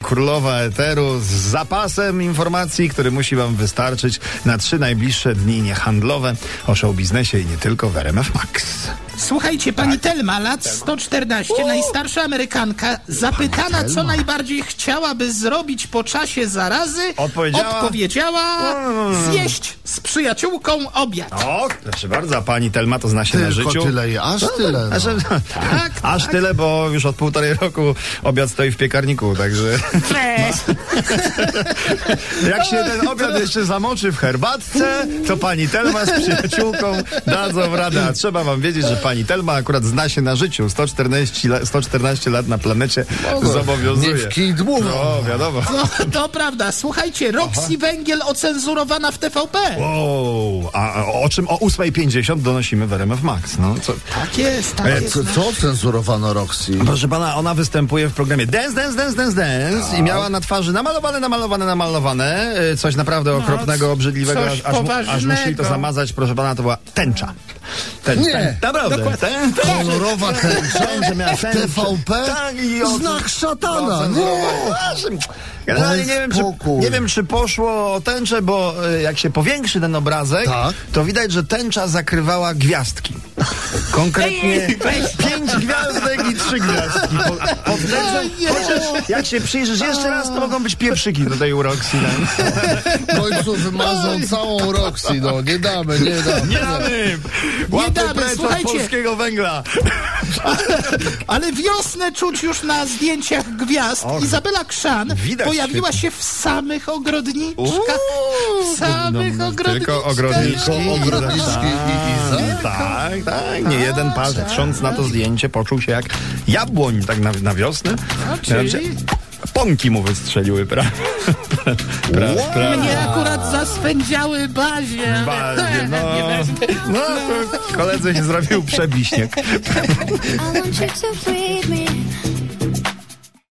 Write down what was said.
królowa eteru z zapasem informacji, który musi wam wystarczyć na 3 najbliższe dni niehandlowe o showbiznesie i nie tylko w RMF Max. Słuchajcie, pani Telma, lat 114, najstarsza Amerykanka, zapytana, co najbardziej chciałaby zrobić po czasie zarazy, odpowiedziała zjeść z przyjaciółką obiad. O, proszę bardzo, a pani Telma to zna się na życiu. Tylko tyle, aż tyle. No. Aż tyle, bo już od 1,5 roku obiad stoi w piekarniku, także... Jak się ten obiad jeszcze zamoczy w herbatce, to pani Telma z przyjaciółką dadzą radę. A trzeba wam wiedzieć, że pani Telma akurat zna się na życiu. 114 lat na planecie zobowiązuje. Nie w kij dmuchał. No, wiadomo. No, to prawda. Słuchajcie, Roxy Węgiel ocenzurowana w TVP. Wow, a o czym o 8:50 donosimy w RMF Max. No, co? Tak jest, tak jest. Co cenzurowano Roxy? Proszę pana, ona występuje w programie Dance i miała na twarzy namalowane coś naprawdę okropnego, obrzydliwego, coś aż musieli to zamazać. Proszę pana, to była tęcza. Nie, naprawdę. Kolorowa tęcza miała w TVP? Tak, Znak szatana. Generalnie nie wiem, czy poszło o tęczę, bo jak się powiększy ten obrazek, tak, to widać, że tęcza zakrywała gwiazdki. Konkretnie 5 gwiazdek i 3 gwiazdki. Pod tęczą, chociaż jak się przyjrzysz jeszcze raz, to mogą być pieprzyki do tej Roxy. W końcu wymazał całą Roxy, no nie damy. Nie damy! Łapy precz od słuchajcie. polskiego węgla. Ale wiosnę czuć już na zdjęciach gwiazd. Izabela Krzan pojawiła się w samych ogrodniczkach. W samych ogrodniczkach. Tylko ogrodniczki i tak. Nie jeden patrząc na to zdjęcie poczuł się jak jabłoń tak na wiosnę. Pąki mu wystrzeliły, prawda? Mnie akurat zaspędziały bazie. No, to koledze się zrobił przebiśnieg. I want you to breathe me.